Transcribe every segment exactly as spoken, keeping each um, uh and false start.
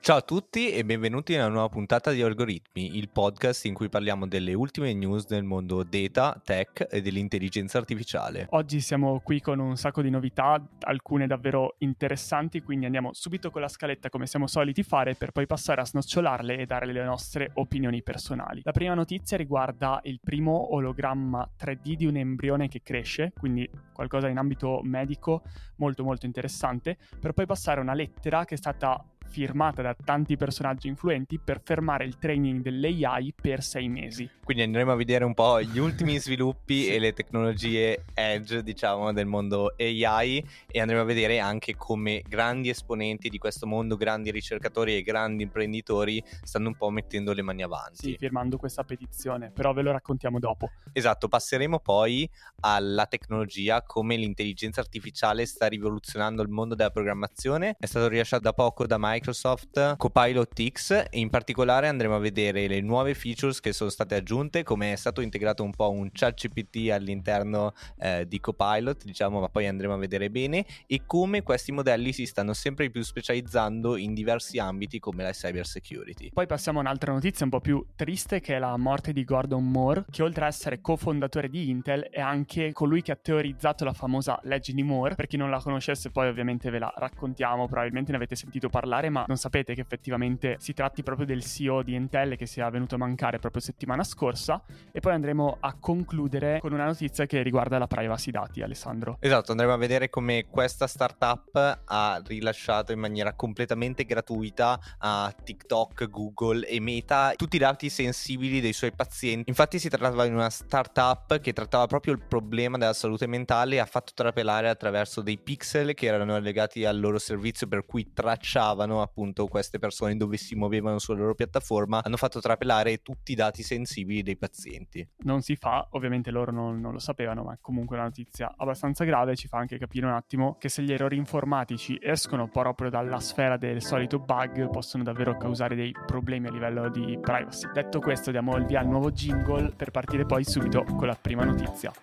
Ciao a tutti e benvenuti nella nuova puntata di Algoritmi, il podcast in cui parliamo delle ultime news del mondo data, tech e dell'intelligenza artificiale. Oggi siamo qui con un sacco di novità, alcune davvero interessanti, quindi andiamo subito con la scaletta come siamo soliti fare per poi passare a snocciolarle e dare le nostre opinioni personali. La prima notizia riguarda il primo ologramma tre D di un embrione che cresce, quindi qualcosa in ambito medico molto molto interessante, per poi passare a una lettera che è stata firmata da tanti personaggi influenti per fermare il training dell'A I per sei mesi. Quindi andremo a vedere un po' gli ultimi sviluppi e le tecnologie edge, diciamo, del mondo A I, e andremo a vedere anche come grandi esponenti di questo mondo, grandi ricercatori e grandi imprenditori stanno un po' mettendo le mani avanti. Sì, firmando questa petizione, però ve lo raccontiamo dopo. Esatto, passeremo poi alla tecnologia, come l'intelligenza artificiale sta rivoluzionando il mondo della programmazione. È stato rilasciato da poco da Microsoft Copilot X e in particolare andremo a vedere le nuove features che sono state aggiunte, come è stato integrato un po' un ChatGPT all'interno eh, di Copilot, diciamo, ma poi andremo a vedere bene, e come questi modelli si stanno sempre più specializzando in diversi ambiti come la cyber security. Poi passiamo a un'altra notizia un po' più triste, che è la morte di Gordon Moore, che oltre a essere cofondatore di Intel è anche colui che ha teorizzato la famosa legge di Moore. Per chi non la conoscesse poi ovviamente ve la raccontiamo, probabilmente ne avete sentito parlare, ma non sapete che effettivamente si tratti proprio del C E O di Intel che sia venuto a mancare proprio settimana scorsa. E poi andremo a concludere con una notizia che riguarda la privacy dati, Alessandro. Esatto, andremo a vedere come questa startup ha rilasciato in maniera completamente gratuita a TikTok, Google e Meta tutti i dati sensibili dei suoi pazienti. Infatti si trattava di una startup che trattava proprio il problema della salute mentale e ha fatto trapelare attraverso dei pixel che erano legati al loro servizio, per cui tracciavano appunto queste persone dove si muovevano sulla loro piattaforma. Hanno fatto trapelare tutti i dati sensibili dei pazienti. Non si fa, ovviamente loro non, non lo sapevano, ma comunque una notizia abbastanza grave. Ci fa anche capire un attimo che se gli errori informatici escono proprio dalla sfera del solito bug, possono davvero causare dei problemi a livello di privacy. Detto questo, diamo il via al nuovo jingle per partire poi subito con la prima notizia.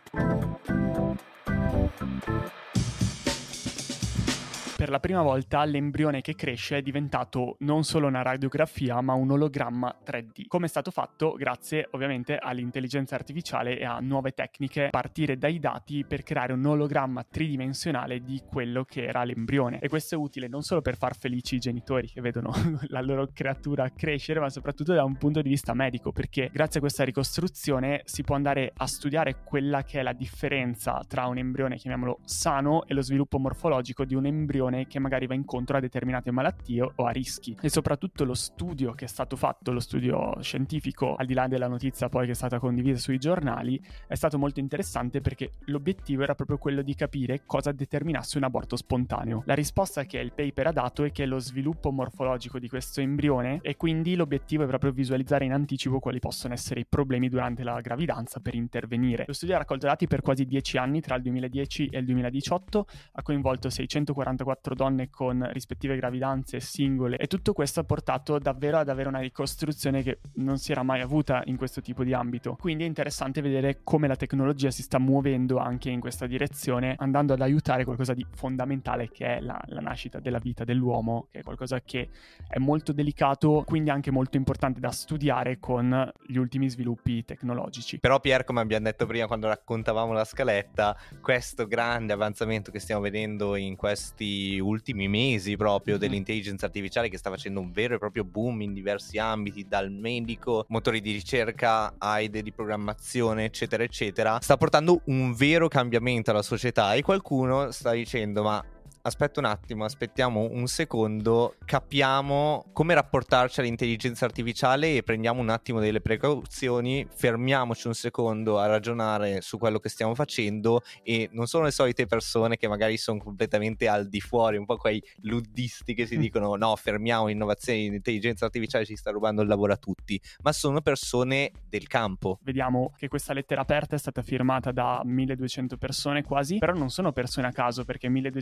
Per la prima volta l'embrione che cresce è diventato non solo una radiografia ma un ologramma tre D. Come è stato fatto? Grazie ovviamente all'intelligenza artificiale e a nuove tecniche a partire dai dati per creare un ologramma tridimensionale di quello che era l'embrione. E questo è utile non solo per far felici i genitori che vedono la loro creatura crescere, ma soprattutto da un punto di vista medico, perché grazie a questa ricostruzione si può andare a studiare quella che è la differenza tra un embrione, chiamiamolo sano, e lo sviluppo morfologico di un embrione che magari va incontro a determinate malattie o a rischi. E soprattutto lo studio che è stato fatto, lo studio scientifico, al di là della notizia poi che è stata condivisa sui giornali, è stato molto interessante perché l'obiettivo era proprio quello di capire cosa determinasse un aborto spontaneo. La risposta che il paper ha dato è che lo sviluppo morfologico di questo embrione, e quindi l'obiettivo è proprio visualizzare in anticipo quali possono essere i problemi durante la gravidanza per intervenire. Lo studio ha raccolto dati per quasi dieci anni, tra il duemiladieci e il duemiladiciotto, ha coinvolto seicentoquarantaquattro donne con rispettive gravidanze singole, e tutto questo ha portato davvero ad avere una ricostruzione che non si era mai avuta in questo tipo di ambito. Quindi è interessante vedere come la tecnologia si sta muovendo anche in questa direzione, andando ad aiutare qualcosa di fondamentale che è la, la nascita della vita dell'uomo, che è qualcosa che è molto delicato, quindi anche molto importante da studiare con gli ultimi sviluppi tecnologici. Però Pier, come abbiamo detto prima quando raccontavamo la scaletta, questo grande avanzamento che stiamo vedendo in questi ultimi mesi proprio mm-hmm. dell'intelligenza artificiale, che sta facendo un vero e proprio boom in diversi ambiti, dal medico, motori di ricerca, A I D di programmazione, eccetera eccetera, sta portando un vero cambiamento alla società. E qualcuno sta dicendo: ma aspetta un attimo, aspettiamo un secondo, capiamo come rapportarci all'intelligenza artificiale e prendiamo un attimo delle precauzioni, fermiamoci un secondo a ragionare su quello che stiamo facendo. E non sono le solite persone che magari sono completamente al di fuori, un po' quei luddisti che si dicono no, fermiamo l'innovazione, l'intelligenza artificiale ci sta rubando il lavoro a tutti, ma sono persone del campo. Vediamo che questa lettera aperta è stata firmata da milleduecento persone quasi, però non sono persone a caso, perché milleduecento firme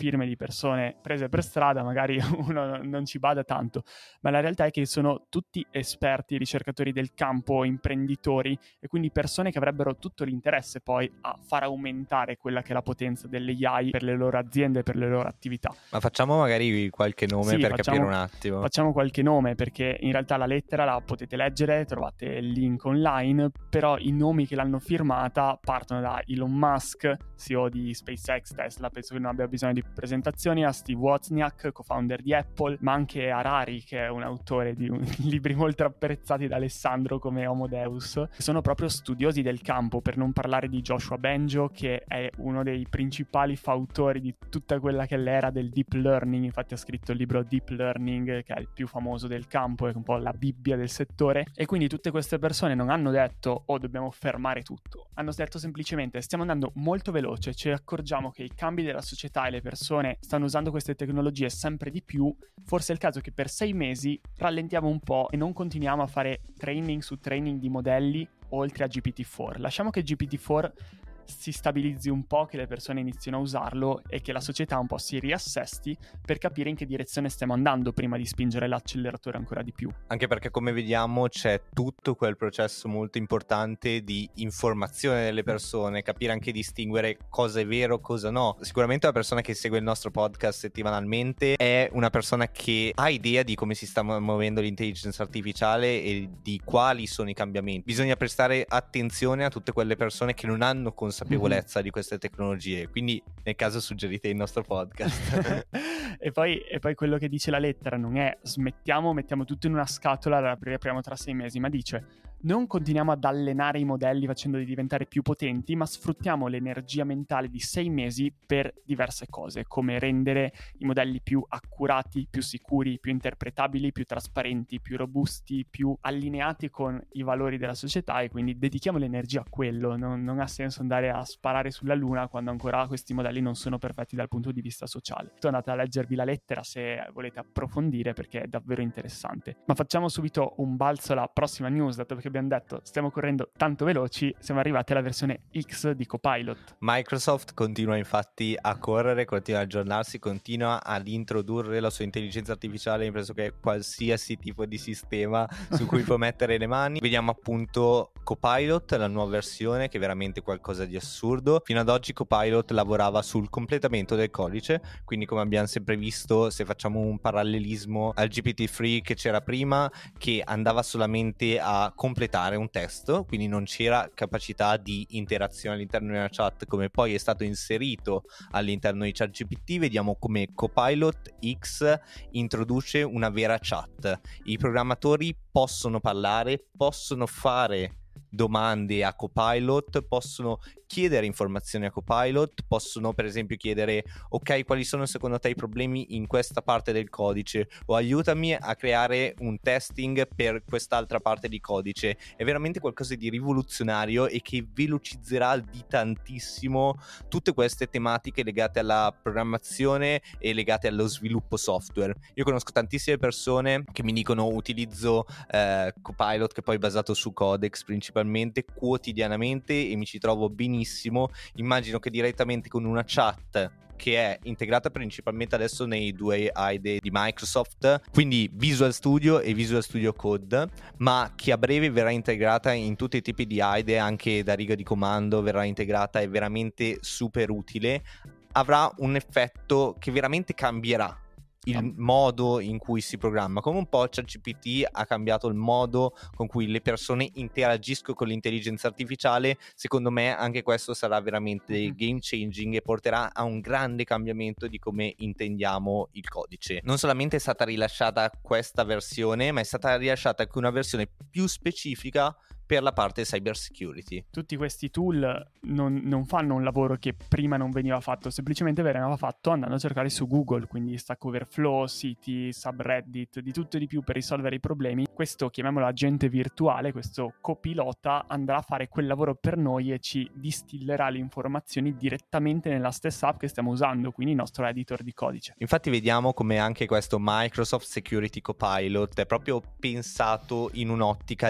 firme di persone prese per strada, magari uno non ci bada tanto, ma la realtà è che sono tutti esperti, ricercatori del campo, imprenditori, e quindi persone che avrebbero tutto l'interesse poi a far aumentare quella che è la potenza delle A I per le loro aziende, per le loro attività. Ma facciamo magari qualche nome, sì, per facciamo, capire un attimo. Facciamo qualche nome, perché in realtà la lettera la potete leggere, trovate il link online, però i nomi che l'hanno firmata partono da Elon Musk, C E O di SpaceX, Tesla, penso che non abbia bisogno di presentazioni, a Steve Wozniak, co-founder di Apple, ma anche Harari, che è un autore di un, libri molto apprezzati da Alessandro come Homo Deus, che sono proprio studiosi del campo, per non parlare di Joshua Bengio, che è uno dei principali fautori di tutta quella che è l'era del deep learning. Infatti ha scritto il libro Deep Learning, che è il più famoso del campo, è un po' la Bibbia del settore. E quindi tutte queste persone non hanno detto oh, dobbiamo fermare tutto, hanno detto semplicemente stiamo andando molto veloce, ci accorgiamo che i cambi della società e le persone stanno usando queste tecnologie sempre di più, forse è il caso che per sei mesi rallentiamo un po' e non continuiamo a fare training su training di modelli oltre a G P T quattro. Lasciamo che G P T quattro si stabilizzi un po', che le persone inizino a usarlo e che la società un po' si riassesti per capire in che direzione stiamo andando prima di spingere l'acceleratore ancora di più. Anche perché, come vediamo, c'è tutto quel processo molto importante di informazione delle persone, capire anche distinguere cosa è vero, cosa no. Sicuramente una persona che segue il nostro podcast settimanalmente è una persona che ha idea di come si sta muovendo l'intelligenza artificiale e di quali sono i cambiamenti. Bisogna prestare attenzione a tutte quelle persone che non hanno consapevolezza consapevolezza di queste tecnologie, quindi nel caso suggerite il nostro podcast. e, poi, e poi quello che dice la lettera non è smettiamo, mettiamo tutto in una scatola, la riapriamo tra sei mesi, ma dice non continuiamo ad allenare i modelli facendoli diventare più potenti, ma sfruttiamo l'energia mentale di sei mesi per diverse cose, come rendere i modelli più accurati, più sicuri, più interpretabili, più trasparenti, più robusti, più allineati con i valori della società, e quindi dedichiamo l'energia a quello. Non, non ha senso andare a sparare sulla luna quando ancora questi modelli non sono perfetti dal punto di vista sociale. Andate a leggervi la lettera se volete approfondire, perché è davvero interessante. Ma facciamo subito un balzo alla prossima news, dato che abbiamo detto stiamo correndo tanto veloci, siamo arrivati alla versione X di Copilot. Microsoft continua infatti a correre, continua a aggiornarsi, continua ad introdurre la sua intelligenza artificiale in pressoché qualsiasi tipo di sistema su cui può mettere le mani. Vediamo appunto Copilot, la nuova versione, che è veramente qualcosa di assurdo. Fino ad oggi Copilot lavorava sul completamento del codice, quindi come abbiamo sempre visto, se facciamo un parallelismo al G P T tre che c'era prima, che andava solamente a completare un testo, quindi non c'era capacità di interazione all'interno di una chat come poi è stato inserito all'interno di ChatGPT. Vediamo come Copilot X introduce una vera chat. I programmatori possono parlare, possono fare domande a Copilot, possono chiedere informazioni a Copilot, possono per esempio chiedere ok, quali sono secondo te i problemi in questa parte del codice, o aiutami a creare un testing per quest'altra parte di codice. È veramente qualcosa di rivoluzionario e che velocizzerà di tantissimo tutte queste tematiche legate alla programmazione e legate allo sviluppo software. Io conosco tantissime persone che mi dicono utilizzo eh, Copilot, che poi è basato su Codex principalmente, quotidianamente, e mi ci trovo benissimo. Immagino che direttamente con una chat che è integrata principalmente adesso nei due A I D E di Microsoft, quindi Visual Studio e Visual Studio Code, ma che a breve verrà integrata in tutti i tipi di A I D E, anche da riga di comando verrà integrata, è veramente super utile, avrà un effetto che veramente cambierà il modo in cui si programma, come un po' ChatGPT ha cambiato il modo con cui le persone interagiscono con l'intelligenza artificiale. Secondo me anche questo sarà veramente game changing e porterà a un grande cambiamento di come intendiamo il codice. Non solamente è stata rilasciata questa versione, ma è stata rilasciata anche una versione più specifica per la parte cyber security. Tutti questi tool non, non fanno un lavoro che prima non veniva fatto, semplicemente veniva fatto andando a cercare su Google, quindi Stack Overflow, siti, subreddit, di tutto e di più per risolvere i problemi. Questo, chiamiamolo agente virtuale, questo copilota, andrà a fare quel lavoro per noi e ci distillerà le informazioni direttamente nella stessa app che stiamo usando, quindi il nostro editor di codice. Infatti vediamo come anche questo Microsoft Security Copilot è proprio pensato in un'ottica di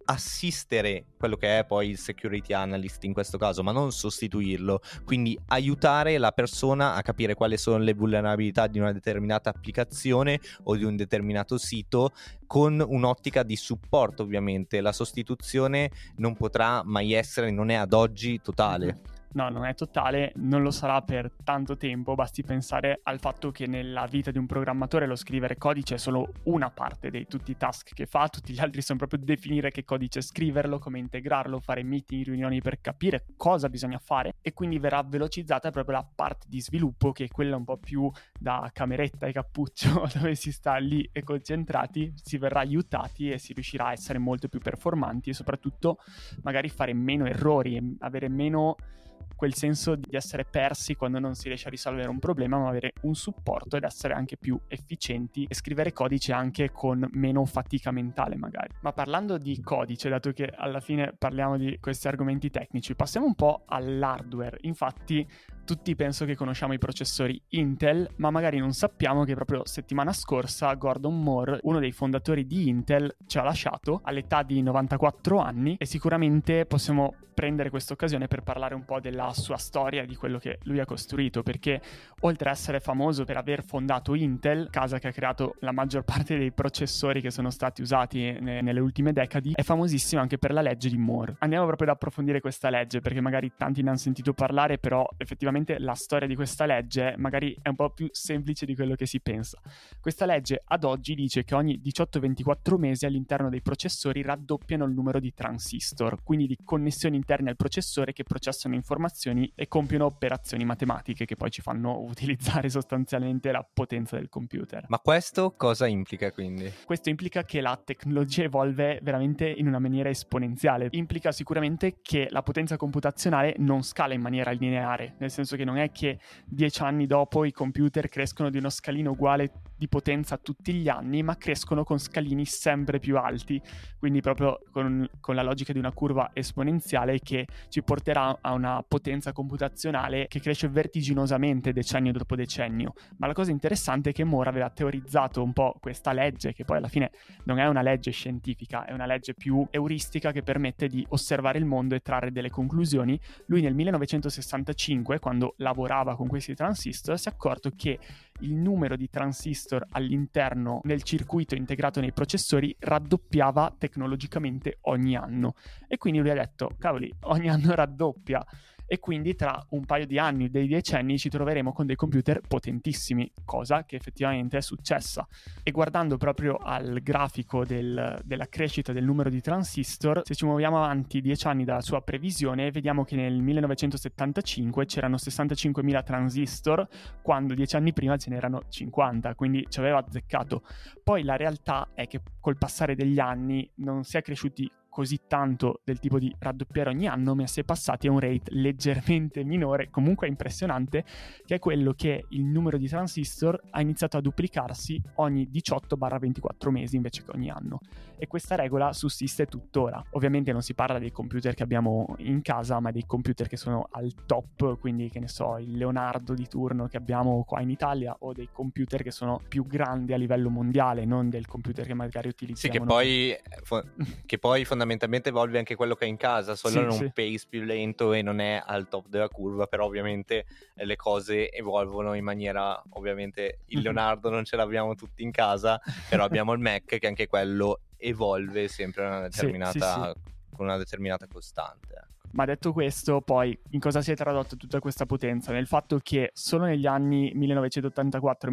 assistere quello che è poi il security analyst in questo caso, ma non sostituirlo, quindi aiutare la persona a capire quali sono le vulnerabilità di una determinata applicazione o di un determinato sito, con un'ottica di supporto. Ovviamente la sostituzione non potrà mai essere, non è ad oggi totale. No, non è totale, non lo sarà per tanto tempo. Basti pensare al fatto che nella vita di un programmatore lo scrivere codice è solo una parte dei tutti i task che fa, tutti gli altri sono proprio definire che codice scriverlo, come integrarlo, fare meeting, riunioni per capire cosa bisogna fare, e quindi verrà velocizzata proprio la parte di sviluppo, che è quella un po' più da cameretta e cappuccio dove si sta lì e concentrati, si verrà aiutati e si riuscirà a essere molto più performanti e soprattutto magari fare meno errori e avere meno quel senso di essere persi quando non si riesce a risolvere un problema, ma avere un supporto ed essere anche più efficienti e scrivere codice anche con meno fatica mentale magari. Ma parlando di codice, dato che alla fine parliamo di questi argomenti tecnici, passiamo un po' all'hardware. Infatti tutti penso che conosciamo i processori Intel, ma magari non sappiamo che proprio settimana scorsa Gordon Moore, uno dei fondatori di Intel, ci ha lasciato all'età di novantaquattro anni, e sicuramente possiamo prendere questa occasione per parlare un po' della sua storia, di quello che lui ha costruito, perché oltre a essere famoso per aver fondato Intel, casa che ha creato la maggior parte dei processori che sono stati usati ne- nelle ultime decadi, è famosissimo anche per la legge di Moore. Andiamo proprio ad approfondire questa legge, perché magari tanti ne hanno sentito parlare, però effettivamente la storia di questa legge magari è un po' più semplice di quello che si pensa. Questa legge ad oggi dice che ogni diciotto ventiquattro mesi all'interno dei processori raddoppiano il numero di transistor, quindi di connessioni interne al processore che processano informazioni e compiono operazioni matematiche che poi ci fanno utilizzare sostanzialmente la potenza del computer. Ma questo cosa implica quindi? Questo implica che la tecnologia evolve veramente in una maniera esponenziale. Implica sicuramente che la potenza computazionale non scala in maniera lineare, nel senso che non è che dieci anni dopo i computer crescono di uno scalino uguale di potenza tutti gli anni, ma crescono con scalini sempre più alti, quindi proprio con, con la logica di una curva esponenziale che ci porterà a una potenza computazionale che cresce vertiginosamente decennio dopo decennio. Ma la cosa interessante è che Moore aveva teorizzato un po' questa legge, che poi alla fine non è una legge scientifica, è una legge più euristica che permette di osservare il mondo e trarre delle conclusioni. Lui nel millenovecentosessantacinque, quando lavorava con questi transistor, si è accorto che il numero di transistor all'interno del circuito integrato nei processori raddoppiava tecnologicamente ogni anno, e quindi lui ha detto cavoli, ogni anno raddoppia, e quindi tra un paio di anni, dei decenni, ci troveremo con dei computer potentissimi, cosa che effettivamente è successa. E guardando proprio al grafico del, della crescita del numero di transistor, se ci muoviamo avanti dieci anni dalla sua previsione, vediamo che nel millenovecentosettantacinque c'erano sessantacinquemila transistor, quando dieci anni prima ce n'erano cinquanta, quindi ci aveva azzeccato. Poi la realtà è che col passare degli anni non si è cresciuti così tanto del tipo di raddoppiare ogni anno, ma si è passati a un rate leggermente minore, comunque impressionante, che è quello che il numero di transistor ha iniziato a duplicarsi ogni diciotto ventiquattro mesi invece che ogni anno, e questa regola sussiste tuttora. Ovviamente non si parla dei computer che abbiamo in casa, ma dei computer che sono al top, quindi che ne so, il Leonardo di turno che abbiamo qua in Italia, o dei computer che sono più grandi a livello mondiale, non del computer che magari utilizziamo. Sì, che poi, fo- che poi fondamentalmente evolve anche quello che è in casa, solo Sì, in un sì. pace più lento e non è al top della curva, però ovviamente eh, le cose evolvono in maniera, ovviamente il Mhm. Leonardo non ce l'abbiamo tutti in casa, però abbiamo il Mac che anche quello evolve sempre una Sì, determinata, sì, sì. con una determinata costante. ecco. Ma detto questo, poi in cosa si è tradotta tutta questa potenza? Nel fatto che solo negli anni millenovecentottantaquattro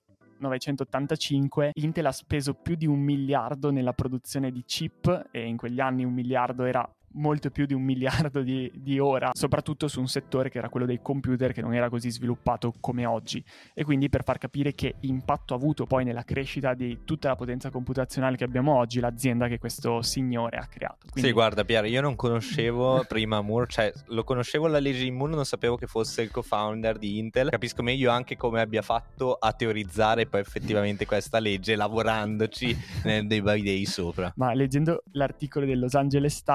millenovecentottantacinque Intel ha speso più di un miliardo nella produzione di chip, e in quegli anni un miliardo era molto più di un miliardo di, di ora, soprattutto su un settore che era quello dei computer, che non era così sviluppato come oggi. E quindi, per far capire che impatto ha avuto poi nella crescita di tutta la potenza computazionale che abbiamo oggi l'azienda che questo signore ha creato. Quindi... Sì, guarda Pier, io non conoscevo prima Moore, cioè lo conoscevo la legge di Moore, non sapevo che fosse il co-founder di Intel. Capisco meglio anche come abbia fatto a teorizzare poi effettivamente questa legge, lavorandoci nel day by day sopra. Ma leggendo l'articolo del Los Angeles Times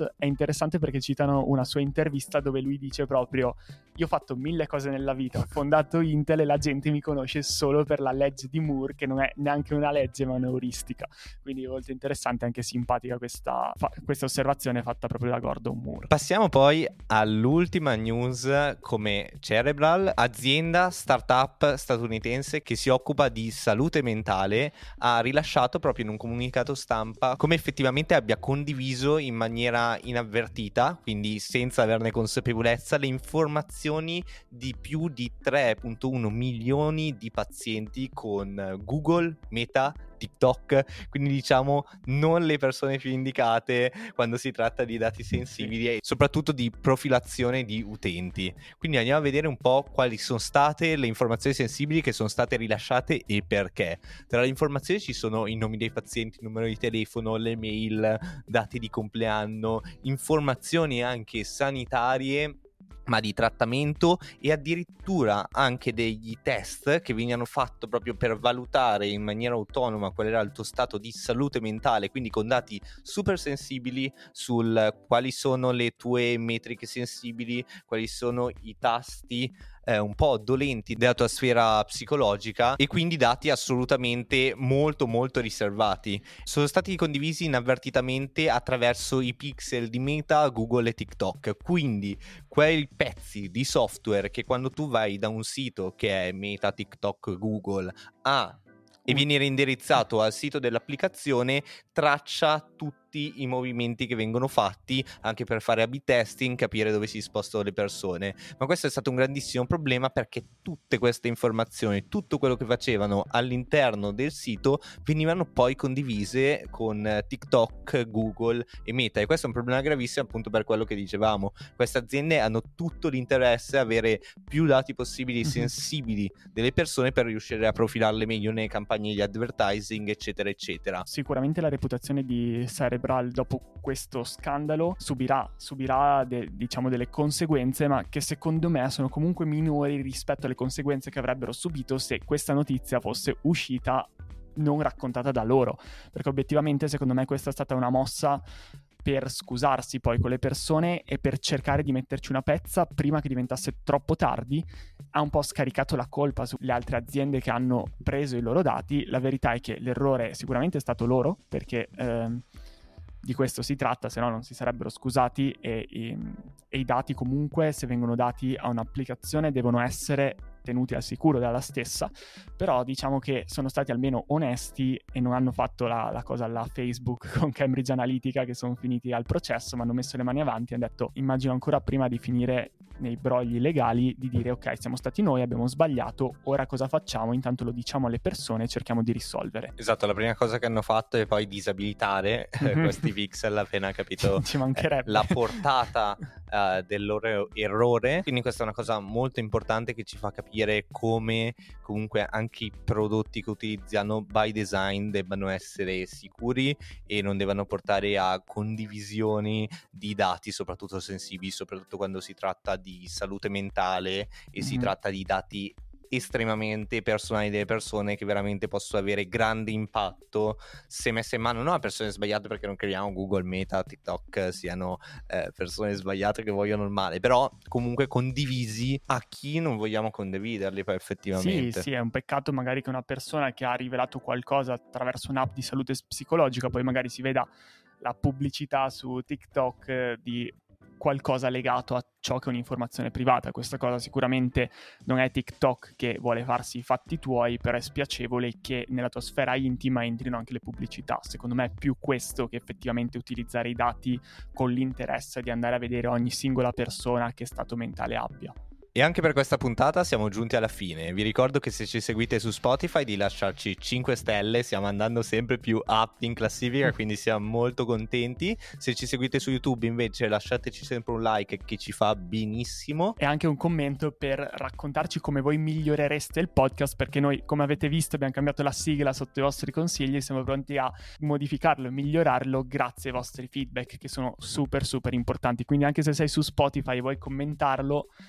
Jobs è interessante perché citano una sua intervista dove lui dice proprio: io ho fatto mille cose nella vita, ho fondato Intel e la gente mi conosce solo per la legge di Moore, che non è neanche una legge ma un'euristica. Quindi è molto interessante, anche simpatica questa, fa- questa osservazione fatta proprio da Gordon Moore. Passiamo poi all'ultima news come Cerebral, azienda startup statunitense che si occupa di salute mentale, ha rilasciato proprio in un comunicato stampa come effettivamente abbia condiviso in maniera inavvertita, quindi senza averne consapevolezza, le informazioni di più di tre virgola uno milioni di pazienti con Google, Meta, TikTok, quindi diciamo non le persone più indicate quando si tratta di dati sensibili e soprattutto di profilazione di utenti. Quindi andiamo a vedere un po' quali sono state le informazioni sensibili che sono state rilasciate e perché. Tra le informazioni ci sono i nomi dei pazienti, il numero di telefono, le mail, dati di compleanno, informazioni anche sanitarie, ma di trattamento, e addirittura anche degli test che venivano fatti proprio per valutare in maniera autonoma qual era il tuo stato di salute mentale, quindi con dati super sensibili sul quali sono le tue metriche sensibili, quali sono i tasti eh, un po' dolenti della tua sfera psicologica, e quindi dati assolutamente molto molto riservati. Sono stati condivisi inavvertitamente attraverso i pixel di Meta, Google e TikTok, quindi quei pezzi di software che quando tu vai da un sito che è Meta, TikTok, Google a e vieni reindirizzato al sito dell'applicazione, traccia tutti i movimenti che vengono fatti anche per fare A B testing, capire dove si spostano le persone. Ma questo è stato un grandissimo problema perché tutte queste informazioni, tutto quello che facevano all'interno del sito venivano poi condivise con TikTok, Google e Meta, e questo è un problema gravissimo appunto per quello che dicevamo. Queste aziende hanno tutto l'interesse a avere più dati possibili mm-hmm. sensibili delle persone per riuscire a profilarle meglio nelle campagne di advertising, eccetera eccetera. Sicuramente la reputazione di Cerebral dopo questo scandalo subirà, subirà de, diciamo delle conseguenze, ma che secondo me sono comunque minori rispetto alle conseguenze che avrebbero subito se questa notizia fosse uscita non raccontata da loro, perché obiettivamente secondo me questa è stata una mossa per scusarsi poi con le persone e per cercare di metterci una pezza prima che diventasse troppo tardi. Ha un po' scaricato la colpa sulle altre aziende che hanno preso i loro dati. La verità è che l'errore sicuramente è stato loro, perché ehm, di questo si tratta, se no non si sarebbero scusati, e, e, e i dati comunque, se vengono dati a un'applicazione, devono essere tenuti al sicuro dalla stessa. Però diciamo che sono stati almeno onesti e non hanno fatto la, la cosa alla Facebook con Cambridge Analytica, che sono finiti al processo, ma hanno messo le mani avanti e hanno detto, immagino ancora prima di finire nei brogli legali, di dire ok, siamo stati noi, abbiamo sbagliato, ora cosa facciamo? Intanto lo diciamo alle persone e cerchiamo di risolvere. Esatto, la prima cosa che hanno fatto è poi disabilitare mm-hmm. questi pixel appena capito Ci mancherebbe. eh, la portata uh, del loro errore. Quindi questa è una cosa molto importante che ci fa capire come comunque anche i prodotti che utilizziamo by design debbano essere sicuri e non devono portare a condivisioni di dati soprattutto sensibili, soprattutto quando si tratta di salute mentale e mm-hmm. si tratta di dati estremamente personali delle persone che veramente possono avere grande impatto se messe in mano non a persone sbagliate, perché non crediamo Google, Meta, TikTok siano eh, persone sbagliate che vogliono il male, però comunque condivisi a chi non vogliamo condividerli poi effettivamente. Sì, sì, è un peccato magari che una persona che ha rivelato qualcosa attraverso un'app di salute psicologica poi magari si veda la pubblicità su TikTok di qualcosa legato a ciò che è un'informazione privata. Questa cosa sicuramente non è TikTok che vuole farsi i fatti tuoi, però è spiacevole che nella tua sfera intima entrino anche le pubblicità. Secondo me è più questo che effettivamente utilizzare i dati con l'interesse di andare a vedere ogni singola persona che stato mentale abbia. E anche per questa puntata siamo giunti alla fine. Vi ricordo che se ci seguite su Spotify di lasciarci cinque stelle, stiamo andando sempre più up in classifica, quindi siamo molto contenti. Se ci seguite su YouTube invece lasciateci sempre un like che ci fa benissimo. E anche un commento per raccontarci come voi migliorereste il podcast, perché noi, come avete visto, abbiamo cambiato la sigla sotto i vostri consigli e siamo pronti a modificarlo e migliorarlo grazie ai vostri feedback che sono super super importanti. Quindi anche se sei su Spotify e vuoi commentarlo,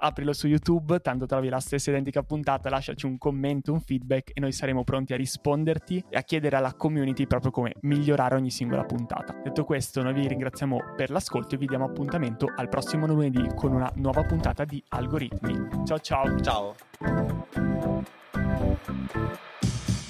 aprilo su YouTube, tanto trovi la stessa identica puntata, lasciaci un commento, un feedback e noi saremo pronti a risponderti e a chiedere alla community proprio come migliorare ogni singola puntata. Detto questo, noi vi ringraziamo per l'ascolto e vi diamo appuntamento al prossimo lunedì con una nuova puntata di Algoritmi. Ciao ciao! Ciao!